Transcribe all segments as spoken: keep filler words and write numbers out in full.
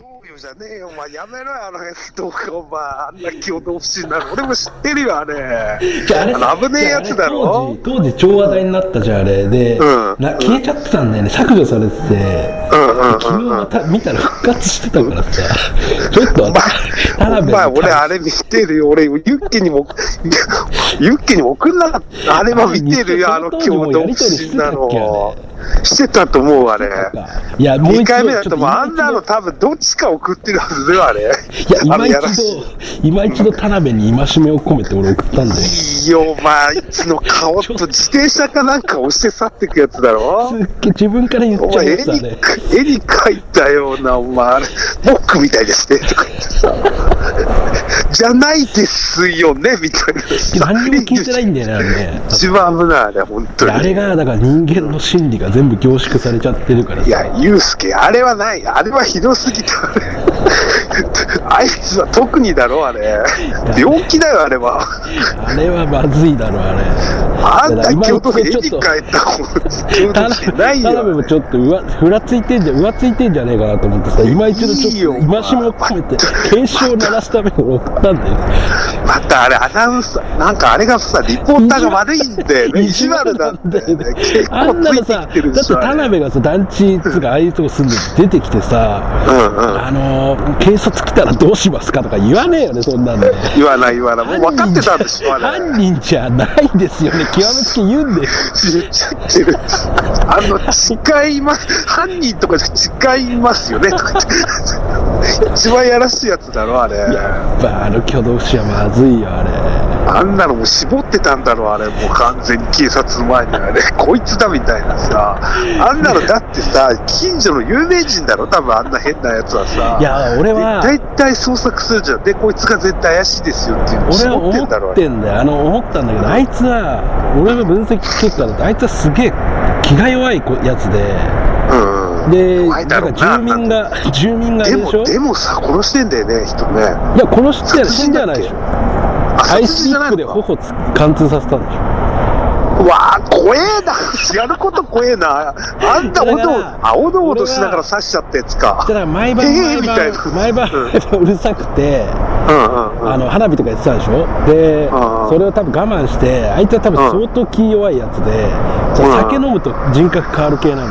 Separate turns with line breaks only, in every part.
東洋じゃねえよ、お前やめろよ、あの動画、お前、あんな共同不審なの。俺も知ってるよ、あれ。
じゃあ、あれ、
あの危ねえやつだろ。
当時、当時超話題になったじゃん、あれ。で、うん、な消えちゃってたんだよね、削除されてて。うんうんうんうん、昨日また見たら復活してたからさ。ちょっと、お
前、お前俺あれ見てるよ。俺、ユッケにも、ユッケにも送んなかった。あれは見てるよ、あの共同不審なの。してたと思う、あれ。
いや、もう一度。にかいめ
だともうあんなの多分どっちか送ってるはずだよ、あれ。
いや、今一度、今一度田辺に戒めを込めて俺送ったんだよ。
いいよ、お前、いつの顔と自転車かなんか押して去ってくやつだろ。
すっげえ自分から言っちゃうやつだね。
絵に描いたような、お前、あれ、モックみたいですね、とか言ってさ。じゃないですよね、みたいな。
何にも聞いてないんだよね、あれね。
一番危ない、あれ、本当に。
あれが、だから人間の心理が全部凝縮されちゃってるからさ。
いや、ユウスケ、あれはない。あれはひどすぎた。あいつは特にだろ、あれ。病気だよ、あれは。
あれはまずいだろ、あれ。
あんな京都府絵に描いた方がないよ。
田辺もちょっとうわふらついてんじゃん、浮ついてんじゃねえかなと思ってさ、今一度ちょっと戒めを込めて、警鐘を鳴らすために送ったんだよ。
またあれ、アナウンサー、なんかあれがさ、リポーターが悪いんだよね。意地悪なんだよね。結構ついてきてるでしょ。
だって田辺がさ、団地つかああいうとこ住んで出てきてさ、うんうん、あのー、警察来たらどうしますかとか言わねえよね、そんなんで。
言わない言わない。もう分かってたんでしょ、あれ。
犯人じゃないですよね、極めつけ言うんで。
言っちゃってる。あの、誓います。犯人とか誓いますよね、とか言って。一番やらしいやつだろ、あれ。
やっぱあの挙動不審はまずいよ、あれ。
あんなのもう絞ってたんだろう、あれ。もう完全に警察の前にあれ。こいつだみたいなさ。あんなのだってさ、近所の有名人だろ、多分あんな変なやつはさ。
いや、俺は。
大体捜索するじゃん。で、こいつが絶対怪しいですよっていうのを絞ってんだろう。
俺は思ってんだよ。あの、思ったんだけど、あいつは、俺の分析結果だと、あいつはすげえ気が弱いやつで、うん、で、なんか住民が、住民がいるでしょ。
でも、でもさ、殺してんだよね、人ね。
いや、殺して死んじゃないでしょ。アイスピックで頬貫通させたんでしょ。
うわー、怖えな。やること怖えな。あんたおどあおどおどしながら刺しちゃったやつか。
だから毎晩毎晩毎晩うるさくて、あの花火とかやってたでしょ。で、それを多分我慢して、あいつは多分相当気弱いやつで、酒飲むと人格変わる系なんだよね。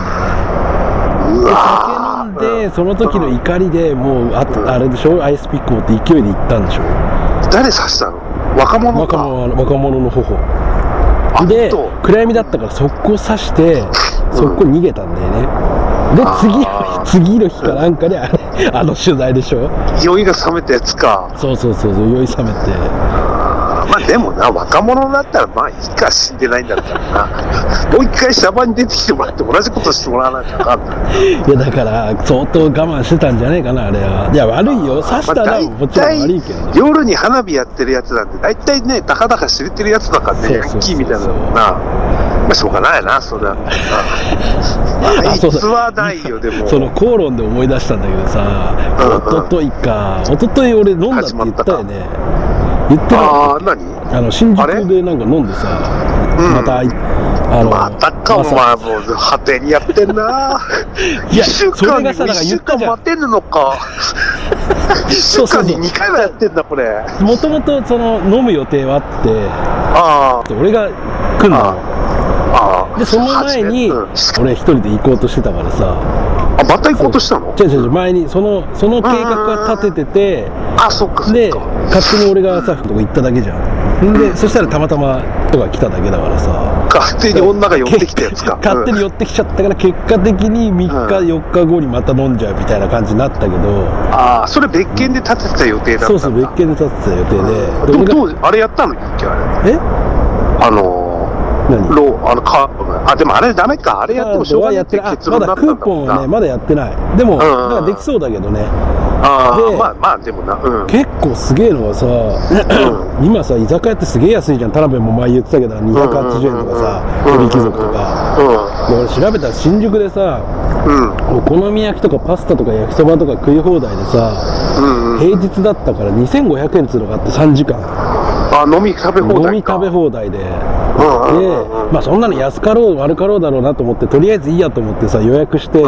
酒飲んでその時の怒りでもう あ, あれでしょ、アイスピック持って勢いで行ったんでしょ。
誰刺したの？若者か。
若者、若者の頬で、暗闇だったから速攻刺して速攻逃げたんだよね。で次次の日かなんかであれあの取材でしょ。
酔いが冷めたやつか。
そうそうそう、酔い冷めて。
まあでもな、若者だったらまあいいか、死んでないんだったらな。もう一回シャバに出てきてもらって同じことしてもらわないと分かんない。
いやだから相当我慢してたんじゃねえかな、あれは。いや悪いよ、刺したらもちろん悪いけど、ね、
夜に花火やってるやつなんて大体ね、たかだか知れてるやつだからね、ヤンキーみたいなのな。まあしょうがないな、それは。あいつはないよ。でも
その口論で思い出したんだけどさ、おとといかおととい俺飲んだって言ったよね。言ってなかった。あ、
何？
あの新宿でなんか飲んでさ、うん、また
あのまたか、お前もう果てにやってんな。いや、いっしゅうかんにいっしゅうかん待てんのか。いっしゅうかんににかいはやってんだこれ。
もともとその飲む予定はあって、ああ、俺が来んの。ああ。でその前に、うん、俺一人で行こうとしてたからさ。
あ、また行こうとしたの？
違う違う、前にそのその計画が立ててて、
あ、そっかそっか。
で勝手に俺がさ、とこ行っただけじゃん。で、うん、そしたらたまたま人が来ただけだからさ。
勝手に女が寄ってきたやつか。
勝手に寄ってきちゃったから結果的にみっかよっかごにまた飲んじゃうみたいな感じになったけど。
ああ、それ別件で立ててた予定だったんだ。
そうそう、別件で立ててた予定で。
うん、でもどうあれやったのっけ、あれ。え？あのー。何？ロー、あのカードの、あ、でもあれダメか、あれやってもしょうがないって結論だったんだ。
まだクーポンはね、まだやってない。でも、だからできそうだけどね。
ああ、まあまあでもな、うん、
結構すげえのはさ、うん、今さ居酒屋ってすげえ安いじゃん。田辺も前言ってたけどにひゃくはちじゅうえんとかさ、鳥貴族とか、うん、で俺調べたら新宿でさ、うん、お好み焼きとかパスタとか焼きそばとか食い放題でさ、うんうん、平日だったからにせんごひゃくえんっつうのがあってさんじかん。
あ、飲み食べ放題か。
飲み食べ放題で、で、まあそんなの安かろう悪かろうだろうなと思って、とりあえずいいやと思ってさ予約して、うん、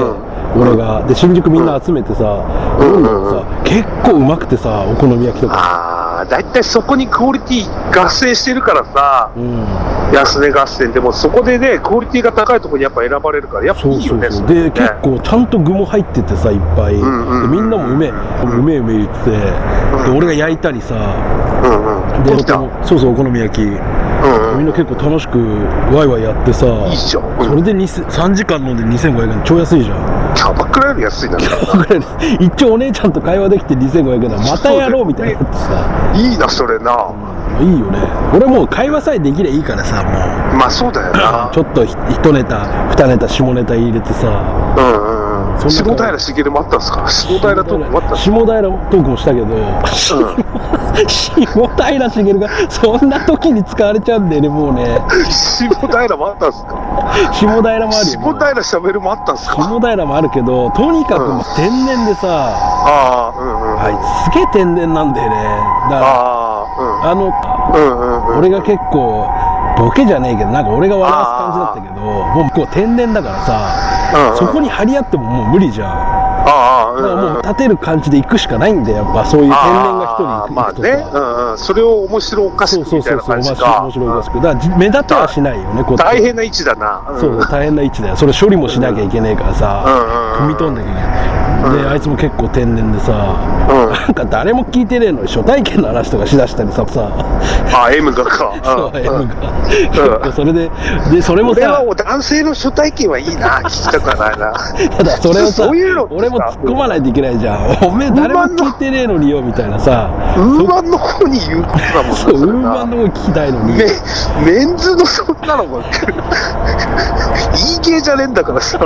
俺がで新宿みんな集めてさ飲んだらさ結構うまくてさお好み焼きとか
ああだいたいそこにクオリティ合戦してるからさ、うん、安値合戦でもそこでねクオリティが高いところにやっぱ選ばれるからやっぱいいよね。
そうそうそうで、ね、結構ちゃんと具も入っててさいっぱい、うんうん、でみんなもうめえ、うん、うめえうめえ言ってて、うん、で俺が焼いたりさ、うんうん、でそうそうお好み焼き、うんうん、みんな結構楽しくワイワイやってさ
いいじゃん、うん、
それでさんじかん飲んでにせんごひゃくえん超安いじゃん。
キャバクラより安いんだね
一応お姉ちゃんと会話できてにせんごひゃくえんだまたやろうみたいなってさ
いいなそれな、
うん、いいよね。俺もう会話さえできりゃいいからさもう
まあそうだよな
ちょっと一ネタ二ネタ下ネタ入れてさうん
うんうん下平茂もあったんですか。下平トークもあったんですか。
下平トークもしたけど、うん、下平茂がそんな時に使われちゃうんだよねもうね
下平もあったんですか。
下平もあるよ。
下平しゃべるもあったんですか。
下平もあるけどとにかくもう天然でさ、うん、ああうんうんあいつすげえ天然なんだよね。だからあ、うん、あの、うんうんうん、俺が結構ボケじゃねえけどなんか俺が笑わす感じだったけどもうこう天然だからさ、うんうん、そこに張り合ってももう無理じゃん。ああ、うんうん、だからもう立てる感じで行くしかないんだよやっぱそういう天然が一人行くとか。まあね、うんうん、それを面白おかしくみたいな感じか。そうそうそう面白おかしくだから目立てはしないよねこっち。大変な位置だな、うん、そう大変な位置だよ。それ処理もしなきゃいけないからさ、うんうん、踏み飛んなきゃいけないで、うん、あいつも結構天然でさ、うん、なんか誰も聞いてねえのに初体験の話とかしだしたりささあ M がかそう、うん、M が、うん、それででそれもさ俺は男性の初体験はいいな聞きたくないなただそれをさそういうの俺も突っ込まないといけないじゃん。おめえ誰も聞いてねえのによみたいなさウーマンの方に言うことだもんね。そうウーマンの方聞きたいのに メ, メンズのそんなのもいい系じゃねえんだからさ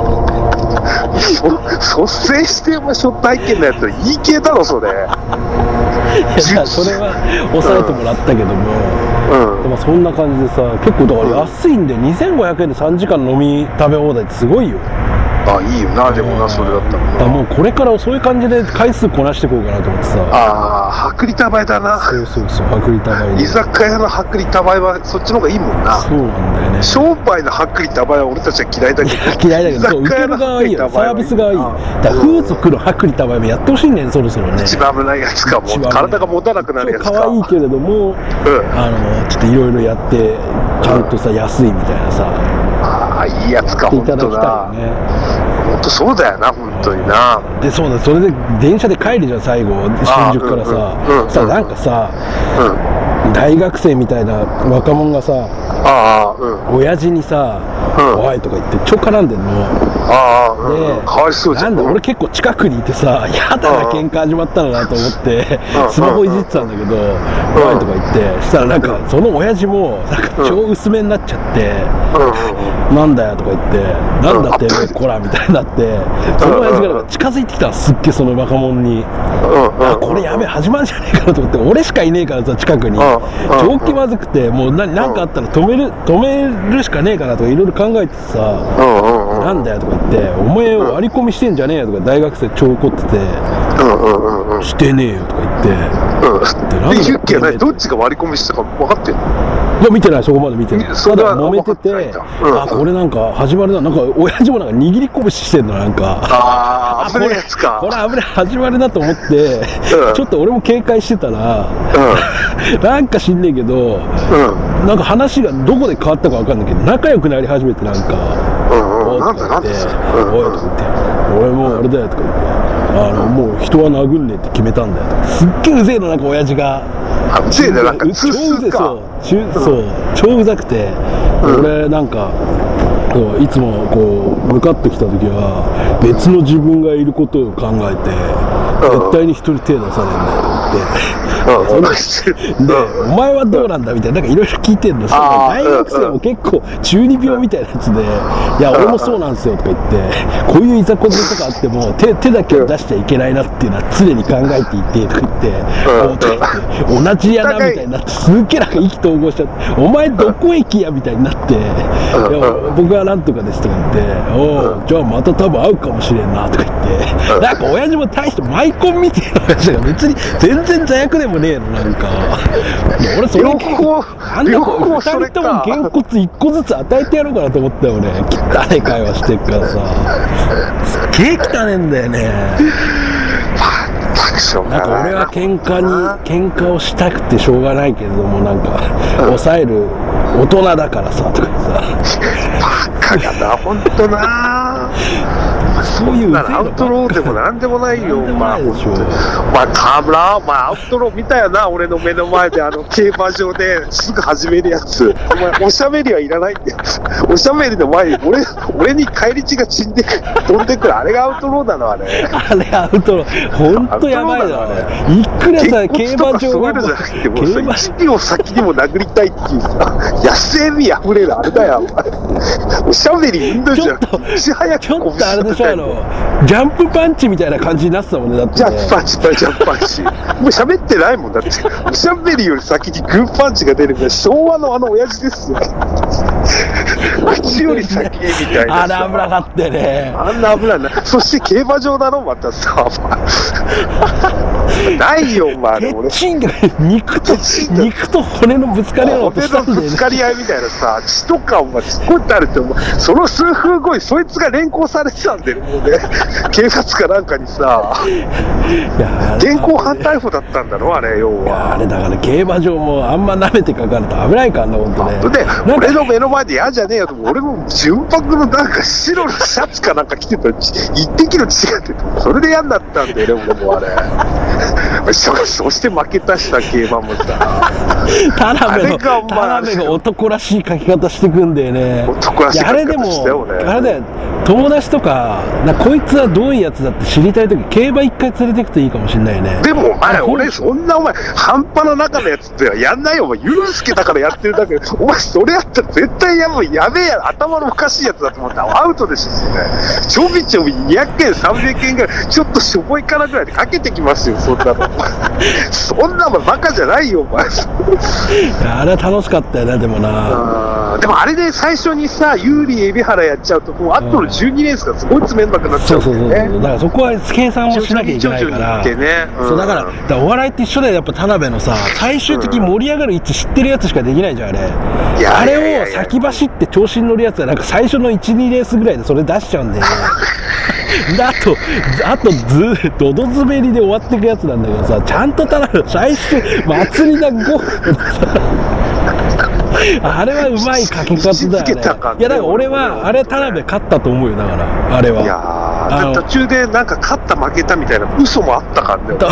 率先してお前初体験のやつはいい系だろそれ。いやそれは抑えてもらったけども、うん、でもそんな感じでさ結構だから安いんで、うん、にせんごひゃくえんでさんじかん飲み食べ放題ってすごいよ。あいいよなでもなそれだったらな。もうこれからそういう感じで回数こなしていこうかなと思ってさ。ああ薄利多売だな。そうそうそう薄利多売。居酒屋の薄利多売はそっちの方がいいもんな。そうなんだよね。商売の薄利多売は俺たちは嫌いだけど嫌いだけどそう受ける側はいいよサービス側はいい。だから風俗の薄利多売もやってほしいんだよねそろそろね。一番危ないやつかもう体が持たなくなるやつか。可愛いけれども、うん、あのちょっといろいろやってちゃんとさ、うん、安いみたいなさああいいやつか本当だね。本当そうだよな本当にな。でそうだそれで電車で帰るじゃん最後新宿からさ、うんうん、さなんかさ、うん、大学生みたいな若者がさあ、うん、親父にさうん、おいとか言って超絡んでんの。ああ、で、うん、かわいそうじゃん。なんだ俺結構近くにいてさやだな喧嘩始まったのなと思ってスマホいじってたんだけど、うん、おいとか言ってしたらなんかその親父もなんか超薄めになっちゃって、うん、なんだよとか言ってなんだってめえこらみたいになってその親父がなんか近づいてきたのすっげえその若者に、うん、あこれやべえ始まるんじゃねえかなと思って俺しかいねえからさ近くに超気まずくてもう何かあったら止める止めるしかねえかなとかいろいろ考えてさ、うんうん、なんだよとか言ってお前割り込みしてんじゃねえよとか大学生超怒ってて、うんうんうん、してねえよとか言って、うん、でなんで言っけないどっちが割り込みしたか分かってんの。いや見てないそこまで見てない。ただ揉めてて、うん、あこれなんか始まるななんか親父もなんか握り拳してんのなんかああ危ないやつかこれ危ない始まるなと思って、うん、ちょっと俺も警戒してたら、うん、なんか知んねえけど、うん、なんか話がどこで変わったか分かんないけど仲良くなり始めてなんかおいとか言っておいとか言って俺もうあれだよとか言ってあのもう人は殴んねえって決めたんだよとかすっげえうぜえのなんか親父があうぜえななんか超うぜえそうそう超うざくて俺なんかいつもこう向かってきた時は別の自分がいることを考えて絶対に一人手出さねえんだよって言ってでお前はどうなんだみたいななんかいろいろ聞いてんの。大学生も結構中二病みたいなやつでいや俺もそうなんですよとか言ってこういういざこざとかあっても 手, 手だけを出しちゃいけないなっていうのは常に考えていてとか言って同じやなみたいになってすっげえなんか意気投合しちゃってお前どこ行きやみたいになっていや僕はなんとかですとか言っておうじゃあまた多分会うかもしれんなとか言ってなんか親父も大してマイコンみたいな話が別に全全然罪悪でもねえの、なんか俺それ
両方
あんな子ふたりともげんこついっこずつ与えてやろうかなと思ったよ俺。汚い会話してっからさ、すっげえ汚ねえんだよね。なんか俺は喧嘩に喧嘩をしたくてしょうがないけれども、なんか抑える大人だからさとかさ、
バカだな本当な。
そういう
アウトローでもなんでもないよ。
まあ
お前河村、お前アウトロー見たよな、俺の目の前であの競馬場ですぐ始めるやつ。お前おしゃべりはいらないんだよ。おしゃべりの前に俺俺に返り血が死んで飛んでくる、あれがアウトローなのあれ。
あれアウトロー、ほんとやばいだろあれ。いくらさ競馬場が
じゃなくてもういちびょう先にも殴りたいっていうさ、野生味あふれるあれだよ。おしゃべり運動じゃなくて、いち早く
ちょっとあれでしょ、あのジャンプパンチみたいな感じになってたもんね。だって
ジャンプパンチ、ジャンプパンチ。もう喋ってないもんだって。おしゃべりより先にグーパンチが出るみたいな、昭和のあの親父ですよ。口より先にみたいな。
あれ危なかったよね。
あんな危ないな。そして競馬場だろまたさ。ないよお前。
鉄筋が肉と肉と骨のぶつかり合いを
骨のぶつかり合いみたいなさ、血とかお前すっごいってあるってお前、その数分後にそいつが連行されてたんだよもうね。警察かなんかにさ、現行犯逮捕だったんだろあれ要は。
いやあれだから競馬場もあんま舐めてかかると危ないからね本当ね。
で俺の目の前で嫌じゃねえよと、俺も純白のなんか白のシャツかなんか着てたら一滴の血が出て、それで嫌になったんだよね俺もあれ。そ, そして負けたしさ競馬もさ。
田辺の田辺が男らしい書き方してくんだよね。
男らしい書き方したよね。
あれだよ、友達とかな、こいつはどういうやつだって知りたいとき競馬一回連れてくといいかもしれないね。
でもお前俺そんなお前半端な中のやつってやんないよお前。ユースケだからやってるだけで、お前それやったら絶対やばい、やべえや、頭のおかしいやつだと思ったらアウトでしょそれ。ちょびちょびにひゃくえんさんびゃくえんぐらいちょっとしょぼいからぐらいでかけてきますよそんなの。そんなのバカじゃないよお前。
あれは楽しかったよねでもな。
でもあれで最初にさ有利海老原やっちゃうともうあとのじゅうにレースがすごい詰めんなくなっちゃうんだよね。
そうそうそう、だからそこは計算をしなきゃいけないから、
ねうん、
そうだから、だからお笑いって一緒でやっぱ田辺のさ最終的に盛り上がる位置知ってるやつしかできないじゃんあれ。いやあれを先走って調子に乗るやつはなんか最初のいち、にレースぐらいでそれ出しちゃうんだよね。であとあとずドド滑りで終わっていくやつなんだけどさ、ちゃんと田辺の最終祭りだごあれはうまい書き方だよね。いやだから俺はあれ田辺勝ったと思うよ。だからあれは。
いや途中でなんか勝った負けたみたいな嘘もあったからね。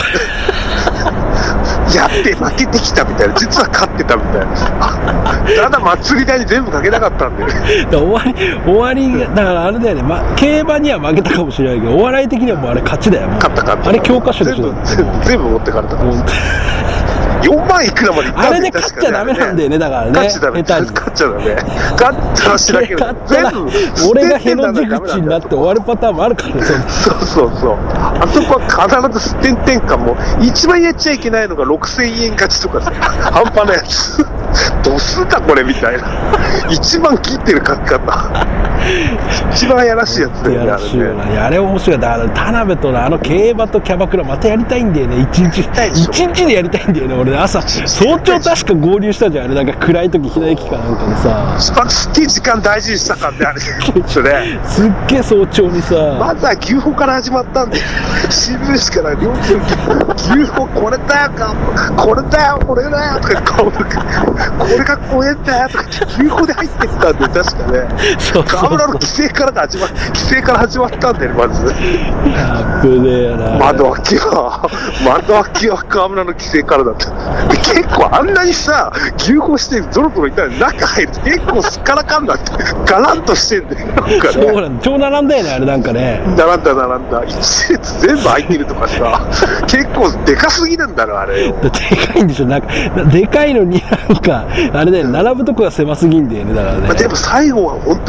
やって負けてきたみたいな、実は勝ってたみたいな。ただ祭り台に全部かけなかったんで、ね。
だ終わり終わりだからあれだよね。ま競馬には負けたかもしれないけど、お笑い的にはもうあれ勝ちだよ。
勝った勝った。
あれ教科書でしょ。
全部全部持ってかれたから。よんまんいくらまでいったんだよ。
あれで勝っちゃダメなんだよね、だからね。
勝っちゃダメ。勝っちゃダメ。勝ったらしなきゃいけない。全部
俺がへの字口になって終わるパターンもあるからね。
そうそうそう。あそこは必ず点々感も一番やっちゃいけないのがろくせんえん勝ちとかさ、半端なやつ。どうすんだこれみたいな。一番切ってる書き方。一番やらしいやつだよね。
やらしいよな。あれ、ね、あれ面白い。だから田辺とのあの競馬とキャバクラまたやりたいんだよね。一日一日でやりたいんだよね。俺朝早朝確か合流したじゃん。あれなんか暗い時左駅かなんかでさ。
すっげえ時間大事にしたからねあれ。それ。
すっげえ早朝にさ。
まずは牛歩から始まったんで。新聞紙から両手牛歩これだよかこれだよこれだよとかこれがこれだよとか牛歩で入ってったんで確かね。
そうそう。
河村の規制からが始まっ規制から始まったんだよねまず。
やっぶねえな。
窓開きは窓開きは河村の規制からだった。で結構あんなにさ牛歩してゾロゾロいたら中入ると結構すっからかんだってガランとしてんだよなんかね。
そうなんだ。超並んだよねあれなんかね。
並んだ並んだ一列全部空いてるとかさ結構でかすぎるんだろあれ。
でかいんでしょなんかでかいのになんかあれだよね並ぶとこが狭すぎんだよねだからね。
でも最後は本当もあの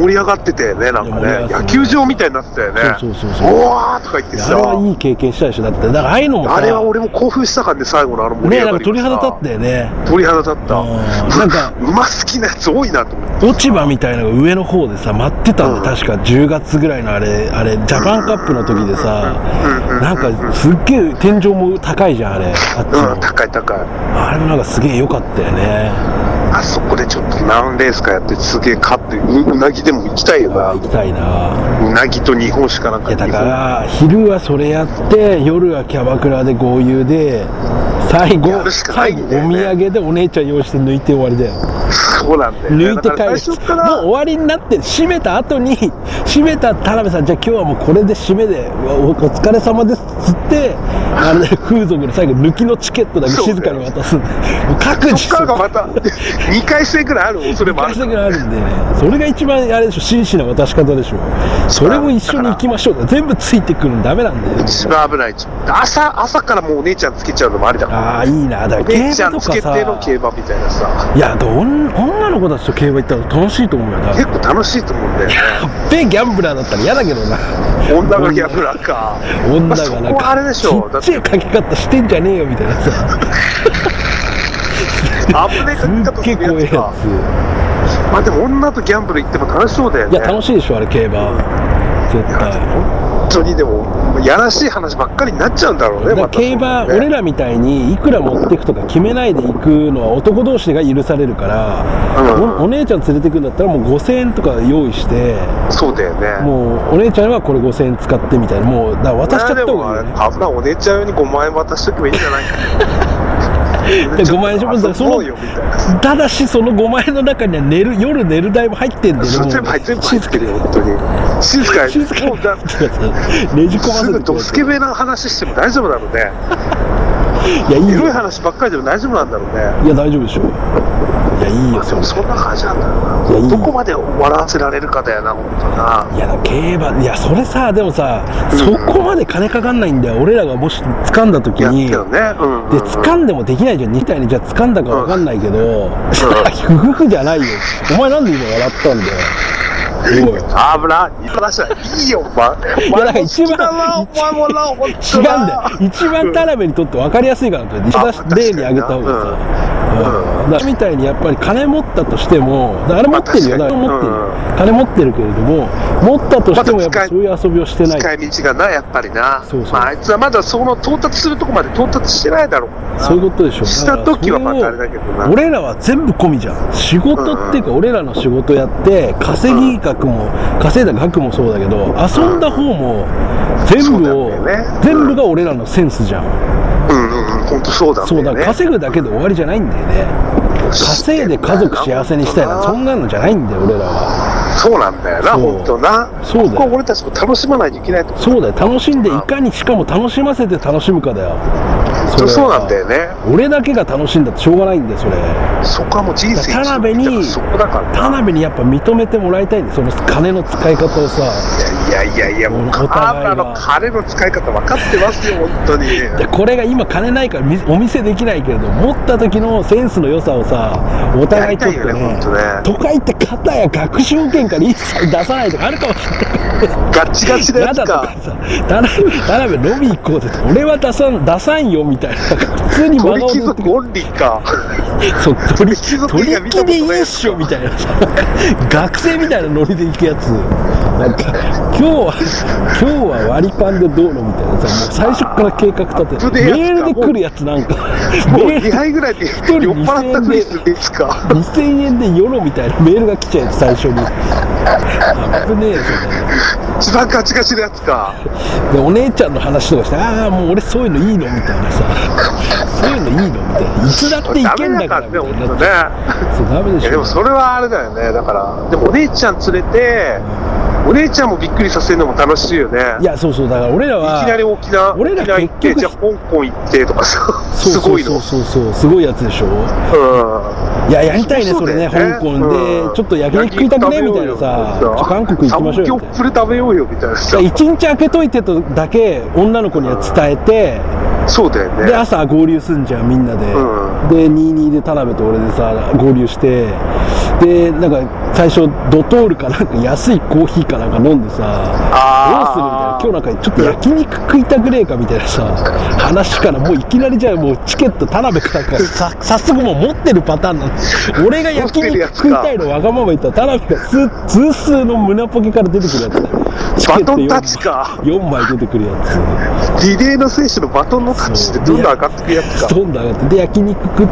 盛り上がっててね、なんかね、野球場みたいになってたよね。
そうそうそうそう。
おわーとか言ってさ。
あれはいい経験したでしょ。だって、だからああいうのもさ、
あれは俺も興奮したからね、最後のあの盛り上がりがさ。ね、なんか
鳥肌立ったよね。
鳥肌立った。
なんか、
馬好きなやつ多いなと思って。
落ち葉みたいなのが上の方でさ、待ってたんで、うん、確かじゅうがつぐらいのあれ、あれ、ジャパンカップの時でさ、なんかすっげえ天井も高いじゃん、あれ。あっちの。
うん、高い高い。
あれもなんかすげえ良かったよね。
あそこでちょっと何レースかやってすげえ勝って う, うなぎでも行きたいよな。
行きたいな。
うなぎと日本酒かなんか。
いやだから昼はそれやって夜はキャバクラで豪遊で最後、ね、最後お土産でお姉ちゃん用意して抜いて終わりだよ。
そうなんだよ、ね、
抜いて帰る。もう終わりになって閉めた後に閉めた田辺さん、じゃあ今日はもうこれで締めで お, お疲れ様ですっつってあれ風俗の最後抜きのチケットだけ静かに渡すんで、もう各自
そっからがまたにかい戦ぐらいある恐れもある。
にかい戦ぐらいあるんでね、それが一番あれでしょ、真摯な渡し方でしょ。それも一緒に行きましょう。全部ついてくるのダメなんだよ。
一番危ない。朝朝からもうお姉ちゃんつけちゃうのもありだから。
ああいいな。だから
お姉ちゃんつけての競馬みたいなさ。
いやどん女の子たちと競馬行ったら楽しいと思うよな。
結構楽しいと思うんだよね。
やっべえギャンブラーだったら嫌だけどな。
女がギャンブラーか。
女がなんか
あれでしょ、
ちっちゃいかけ方してんじゃねえよみたいなさ。
危ねえかけ方するやつか。まあでも女とギャンブル行っても楽しそうだよね。
いや楽しいでしょあれ競馬絶対。
本当にでもやらしい話ばっかりになっちゃうんだろうね。
だから競馬、ね、俺らみたいにいくら持っていくとか決めないで行くのは男同士が許されるから、うん、お, お姉ちゃん連れてくんだったらもうごせんえんとか用意して、そうだよね、もうお姉ちゃんはこれごせんえん使ってみたいな、もうだから渡しちゃった方がいいよね。
危ない、お姉ちゃん用にごまんえん渡しとけばいいんじゃないか
ごまんえんしょ、そのただしそのごまんえんの中には寝る夜寝る代も入ってんで、ね、
全部入ってるよ本当に。静かに静かにもうだ
ねじ込ませて
すぐドスケベな話しても大丈夫だろうね。いやいいエロい話ばっかりでも大丈夫なんだろうね。
いや大丈夫でしょ。いやいいよ。
でもそんな感じなんだよな。いやどこまで笑わせられるかだよな本当な。
いや競馬いやそれさでもさ、うん、そこまで金かかんないんだよ。俺らがもし掴んだ時に、
やったよね、うんうんうん、
で掴んでもできないじゃん。にたいにじゃあ掴んだかわかんないけど、うん、ふふふじゃないよ。お前なんで今笑ったんだよ。
あぶな、いい話だ。いいよ、お前。
いや、だから一番、違うんだよ。一番田辺にとって分かりやすいからと、例に挙げた方がさ。うん、だからみたいにやっぱり金持ったとしても、あれ持ってるよ、だから持ってる、うん、金持ってるけれども、持ったとしてもやっぱそういう遊びをしてない。
使い道がな、やっぱりな。そうそう、まあ、あいつはまだその到達するとこまで到達してないだろう。
そういうことでしょ。
した時はまたあれだけどな。
俺らは全部込みじゃん。仕事っていうか、俺らの仕事やって稼ぎ額も、稼いだ額もそうだけど、遊んだ方も全部を、うんね、全部が俺らのセンスじゃん。
うんうんうん、本当そうだね。
そうだ、稼ぐだけで終わりじゃないんだよね。稼いで家族幸せにしたいな、そんなのじゃないんだよ俺らは。
そうなんだよな、本当な。
そうだよ。
ここ俺たちも楽しまないといけないと。
そうだよ、楽しんでいかにしかも楽しませて楽しむかだよ。
そ, そうなんだよね。
俺だけが楽しんだってしょうがないんだよそれ。
そこはもう人生
田辺に
そこだから
田辺にやっぱ認めてもらいたいんだよ、その金の使い方をさ。
いやいやいやいや、もう田辺の金の使い方分かってますよ本当に。い
やこれが今金ないからお見せできないけれど、持った時のセンスの良さをさお互いちょっと ね, ね都会って片や学習保険から一切出さないとかあるかもしれない。
ガチガチなやつか。
田辺飲み行こうって俺は出さん出さんよみたいな、普通に真顔で言ってくる。
オンリーか。
そう取り取り木でいいっしょみたいなさ、学生みたいなノリで行くやつ。なんか今日は今日は割りパンでどうのみたいなさ、もう最初から計画立てメールで来るやつなんか
もうにはいぐらいで酔っ払ったふりするんですか。
にせんえんでヨロみたいなメールが来ちゃうやつ最初に。危ねえよそれ。
一番ガチガチのやつか。
でお姉ちゃんの話とかして、ああもう俺そういうのいいのみたいなさ、そういうのいいのみたいな、いつだっていけんだからみたいな。
ダメだからね、
そうダメでしょ。
でもそれはあれだよね。だからでもお姉ちゃん連れて、お姉ちゃんもびっくりさせるのも楽しいよね。
いやそうそう、だから俺らはい
きなり沖縄
俺ら
行ってじゃあ香港行ってとかさ、すごいの。
そうそうそうそう、すごいやつでしょ。うん。いややりたいねそれね、香港でちょっと焼肉食いたくねみたいなさ、ちょっと韓国行きましょうよみたいな。
サムギョプレ食べようよみたいなさ。
一日開けといてとだけ女の子には伝えて。
そうだよね。
で朝合流すんじゃんみんなで、うん、でにじゅうにで田辺と俺でさ合流して、でなんか最初ドトールかなんか安いコーヒーかなんか飲んでさ、どうするみたいな、今日なんかちょっと焼肉食いたくねえかみたいなさ話から、もういきなりじゃあもうチケット田辺さんからさ早速もう持ってるパターンなんです。俺が焼肉食いたいのわがまま言ったら田辺がス通数の胸ポケから出てくるやつだよ。
バトンタッチか
よんまい出てくるやつ、
リレーの選手のバトンのタッチでどんどん上がってくるやつか。
どんどん上がってで焼肉食って、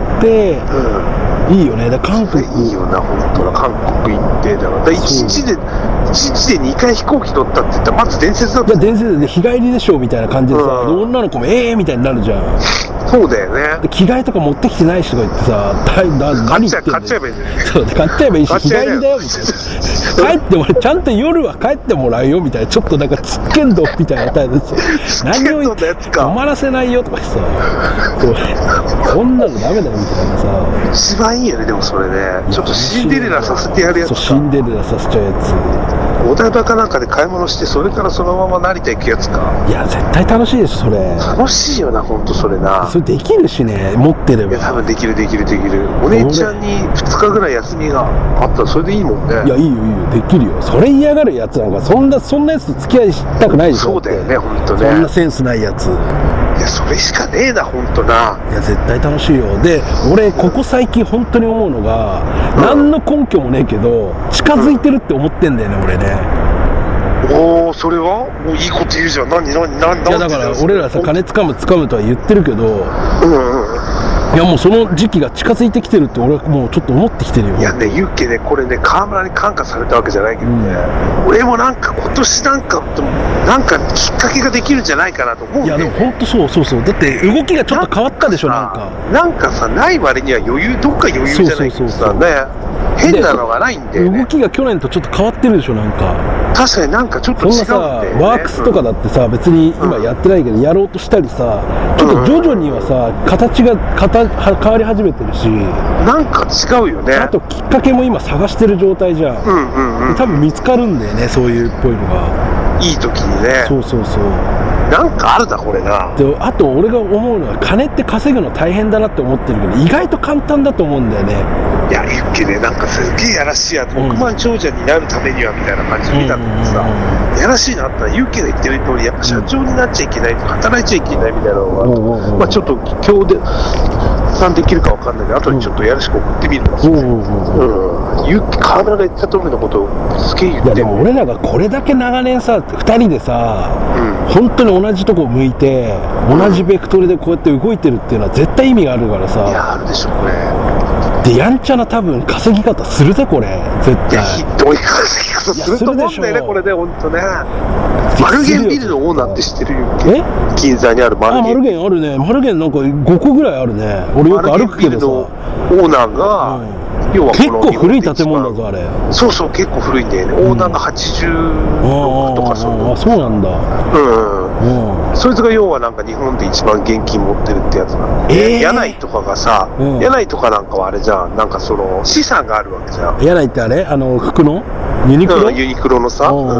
うん、いいよね。だ韓国
いいよな、本当だ。韓国行ってだからいちにちでいちにちでにかい飛行機乗ったって言ったらまず伝説だった。
いや伝説で日帰りでしょみたいな感じでさ、うん、女の子もええー、みたいになるじゃん。
そうだよね。
で着替えとか持ってきてないしとか言ってさ、
何言ってんの。買っちゃえばいいんだよね。
そうで買っちゃえばいいし、日帰りだよみたいな。帰ってもちゃんと夜は帰ってもらうよみたいな、ちょっとなんかつっけんどみたいな態度ですよ。何を言って止まらせないよとかさ、そんなのダメだよみたいなさ。
一番いいよね。でもそれね、ちょっとシンデレラさせてやるやつか。
そうシンデレラさせちゃうやつ。
お台場かなんかで買い物してそれからそのまま成田行くやつか。
いや絶対楽しいですそれ。
楽しいよな本当それな。
それできるしね、持ってれば。
いや多分できるできるできる。お姉ちゃんにふつかぐらい休みがあったらそれでいいもんね。
いやいいよいいよ、できるよ。それ嫌がるやつなんかそんなそんなやつと付き合いしたくないでしょ。
そうだよね本当ね。
そんなセンスないやつ。
いやそれしかねえな本当な。
いや絶対楽しいよ。で俺ここ最近本当に思うのが、うん、何の根拠もねえけど近づいてるって思ってんだよね、うん、俺ね。
おお、それはもういいこと言うじゃん。何何何何。
いやだから俺らさ金つかむつかむとは言ってるけど、うん
うん、
いやもうその時期が近づいてきてるって俺はもうちょっと思ってきてるよ。
いやねユッケね、これね河村に感化されたわけじゃないけどね、うん、俺もなんか今年なんかなんかきっかけができるんじゃないかなと思うんだよね。
いやでも本当そうそうそう。だって動きがちょっと変わったでしょ。なんか
なんかさない割には余裕、どっか余裕じゃないけどさね、変なのがないんだよね。
動きが去年とちょっと変わってるでしょ。なんか
確かになんかちょっと違うんだよね。
そんなさワークスとかだってさ、うん、別に今やってないけど、うん、やろうとしたりさ、ちょっと徐々にはさ形が形変わり始めてるし、
なんか違うよね。
あときっかけも今探してる状態じゃん。
うんうんうん、
多分見つかるんだよね、そういうっぽいのが
いい時にね。
そうそうそう。
なんかあるだこれな。
であと俺が思うのは金って稼ぐの大変だなって思ってるけど意外と簡単だと思うんだよね。
いやユッケね、なんかすげえやらしいやつ、億万長者になるためにはみたいな感じで見たんだけどさ、うんうん、やらしいなったらユッケが言ってる通りやっぱ社長になっちゃいけない、働いちゃいけないみたいなのが、うんうん、まあちょっと今日で算できるかわかんないけど後にちょっとやらしく送ってみるとか、うんうんうん、ユッケ河村が言った通りのことをすげえ言ってる。いやでも
俺らがこれだけ長年さふたりでさ、うん、本当に同じとこ向いて同じベクトルでこうやって動いてるっていうのは絶対意味があるからさ。
いやあるでしょうね。
でやんちゃな多分稼ぎ方するぜこれ絶対。いや
ひどい稼ぎ方すると思うんだよねこれで本当ね。マルゲンビルのオーナーって知ってるよ。え銀座にあるマルゲン。
あマルゲンあるね。マルゲンなんかごこぐらいあるね。俺よく歩くけどさ。
オーナーが、うん、要は
結構古い建物だぞあれ。
そうそう結構古いんだよね、うん、オーナーがはちじゅうろくとかその。
あそうなんだ。
うん、うん、そいつが要はなんか日本で一番現金持ってるってやつなんで、えー、柳井とかがさ、うん、柳井とかなんかはあれじゃん、なんかその資産があるわけじゃん。
柳井ってあれあの服のユニクロ、
うん、ユニクロのさ、うん、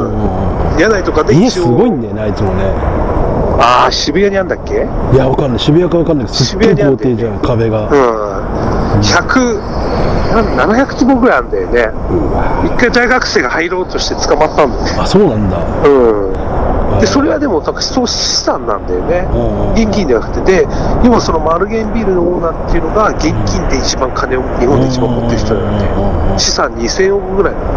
柳井とかで一応
家すごいんだよねあいつもね。
ああ渋谷にあんだっけ。
いやわかんない渋谷かわかんないけどすっごい豪邸じゃん壁が。
うんひゃくななひゃくつぼぐらいあるんだよね。一回大学生が入ろうとして捕まったんだよね。
あそうなんだ。
うんでそれはでもなんか資産なんだよね、現金ではなくて。で要はそのマルゲンビルのオーナーっていうのが現金で一番金を日本で一番持ってる人なんで、資産にせんおくぐらいだ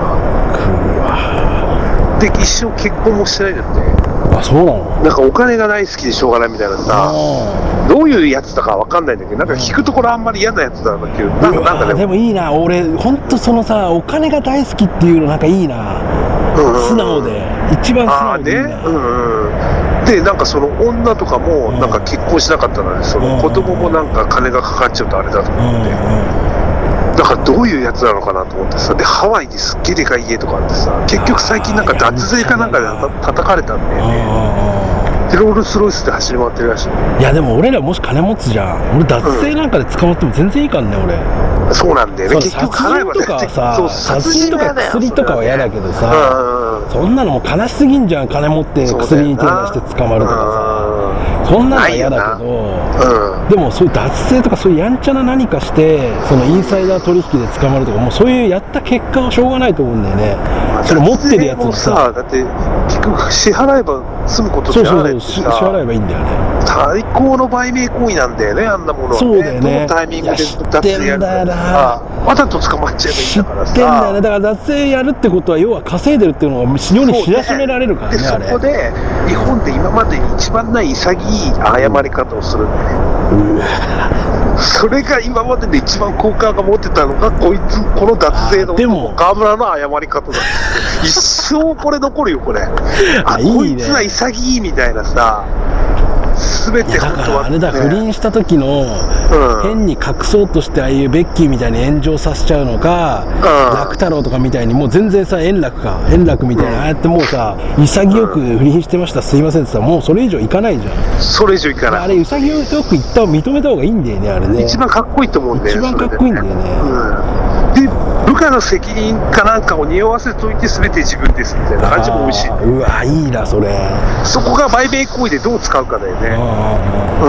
な。で一生結婚もしてないんだって。
あそうなの。
なんかお金が大好きでしょうがないみたいなさ、どういうやつだかわかんないんだけど、なんか聞くところあんまり嫌なやつなんだけど、なんかなんかね
でもいいな。俺本当そのさお金が大好きっていうのなんかいいな、うんうん、素直で一番素直でいいな。あ、ね、うん
うん、でなんかその女とかもなんか結婚しなかったので、その子供もなんか金がかかっちゃうとあれだと思って、だからどういうやつなのかなと思ってさ。でハワイにすっげえでかい家とかあってさ、結局最近なんか脱税かなんかで叩かれたんだよね。でロールスロイスで走り回ってるらしい。
いやでも俺らもし金持つじゃん、俺脱税なんかで捕まっても全然いいからね俺。
そうなんだよね。結局
殺人とかさ、殺人とか薬とかは嫌だけどさ、そんなのも悲しすぎんじゃん。金持って薬に手出して捕まるとかさ。 そんなのは嫌だけど、うん、でもそういう脱税とかそういうやんちゃな何かしてそのインサイダー取引で捕まるとかもうそういうやった結果はしょうがないと思うんだよね、まあ、それ持ってるやつもさ
だって結局支払えば済むことじゃないってさ、
そうそうそう支払えばいいんだよね。
最高の売名行為なんだよね、あんなものはね。
そうだよね。
どのタイミングで脱税やるかわざと捕まっちゃえばいいんだからさ。
知ってんだよね。だから脱税やるってことは要は稼いでるっていうのが世に知らしめられるからね。
でそこで日本で今までに一番ない潔い謝り方をするんだよね。うわそれが今までで一番好感が持ってたのがこいつこの脱税の河村の謝り方だ。一生これ残るよこれ。あいいね、こいつは潔いみたいなさ。全て
だからあれだ、不倫した時の、うん、変に隠そうとしてああいうベッキーみたいに炎上させちゃうのか、うん、楽太郎とかみたいにもう全然さ円楽か円楽みたいな、うん、ああやってもうさ潔く不倫してましたすいませんって言ったらもうそれ以上いかないじゃん。
それ以上いかない。
あれ潔く言ったを認めた方がいいんだよねあれね。
一番かっこいいと思うんだよね。
一番かっこいいんだよね、
うん、で部下の責任かなんかを匂わせといて全て自分ですみたいな感じも美味しい。
うわいいなそれ。
そこが売名行為でどう使うかだよね。うん、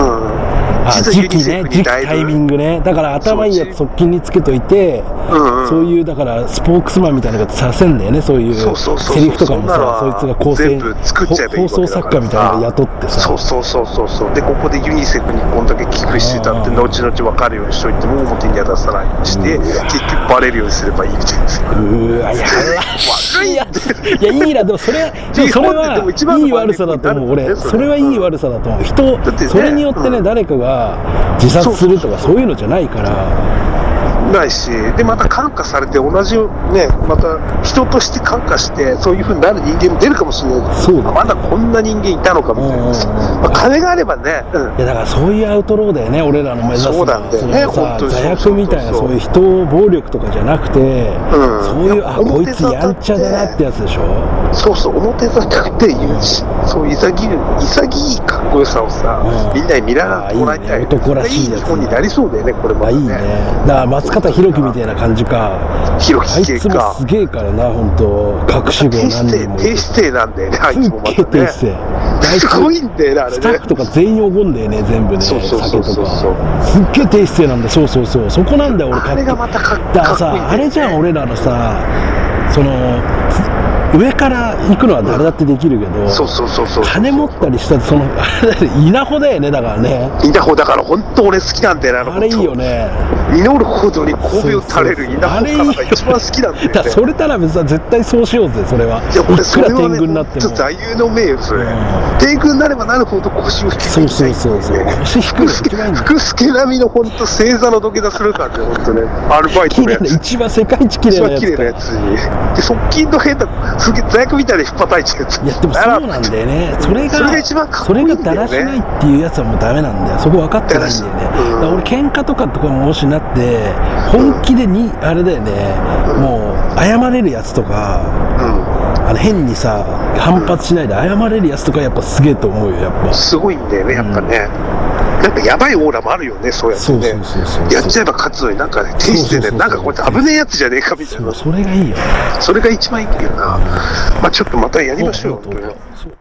あ時期ね、時期タイミングね。だから頭いいやつ側近につけといて、うんうん、そういうだからスポークスマンみたいなのがさせんだよね。そういうセリフとかもさ、そいつが構成放送作家みたいなの雇ってさ、
そうそうそうそうそう。でここでユニセフにこんだけ寄付してたって後々分かるようにしといても表には出さないようにして結局バレるようにすればいいみたいですよ。
うわやらしいやつ。いやいいなでもそれでもそれはいい悪さだと思う俺。それはいい悪さだと思う。人それによってね誰かが自殺するとかそういうのじゃないから
ないし、でまた感化されて同じねまた人として感化してそういう風になる人間も出るかもしれない。そうだ、ね、まだこんな人間いたのかみたいな、まあ、金があればね、うん、
いやだからそういうアウトローだよね俺らの目指すのは。
そうなんだよね
本当に座薬みたいなそういう人を暴力とかじゃなくて、うん、そういうあこいつやんちゃだなってやつでしょ。
そうそう表沙汰っていうしそういう潔い潔いかっこよさをさ、うん、みんなに見習ってもらいたい。いいね、
男らしいやつ、ね、
日本になりそうだよねこれも、ね、
いいね。だから松方弘樹みたいな感じか。
弘樹系か。
あいつもすげえからな本当隠し子何人もいて
低姿勢なんだよねあいつもまたね。
低姿勢
すごいんだよねあれね。
スタッフとか全員おごんだよね全部ね。
そうそうそうそうそう
すっげえ低姿勢なんだ。そうそうそうそこなんだよ俺。
あれがまたかっこいい。
だからさあれじゃん俺らのさその上から行くのは誰だってできるけど、うん、そうそうそうそう金持ったりしたその稲穂だよね。だからね
稲穂だから本当俺好きなんだよね。
あれいいよね。
実るほどに神戸を垂れる稲穂からが一番好きなんだよね。
だからそれたら別に絶対そうしようぜそれは。
いや俺それはね
天狗になっても
座右の銘よそれ、うん、天狗になればなるほど腰を引き
そうそうそうそう腰引くの一番いいんだよ。
福助並みの本当正座の土下座する感じ本当ねアルバイトのやつ
一番世界一綺麗なやつ
一番綺麗なやつにで側近の変なすげえ座薬みたいな引っ叩いちゃうやつ。
いやでもそうなんだよね。それが
それが一番かっこいいんだよね。
それがだらしないっていうやつはもうダメなんだよ。そこ分かってないんだよね。だから俺喧嘩とかとかももしなって本気でにあれだよね、うん、もう謝れるやつとか、うん、あの変にさ反発しないで謝れるやつとかやっぱすげえと思うよやっぱ。
すごいんだよねやっぱね、うん、なんかやばいオーラもあるよねそうやってね。やっちゃえば勝つのになんかねテイストでねなんかこうやって危ねえやつじゃねえかみたいな。
それがいいよ。
それが一番いいんだよな。まあちょっとまたやりましょうよ。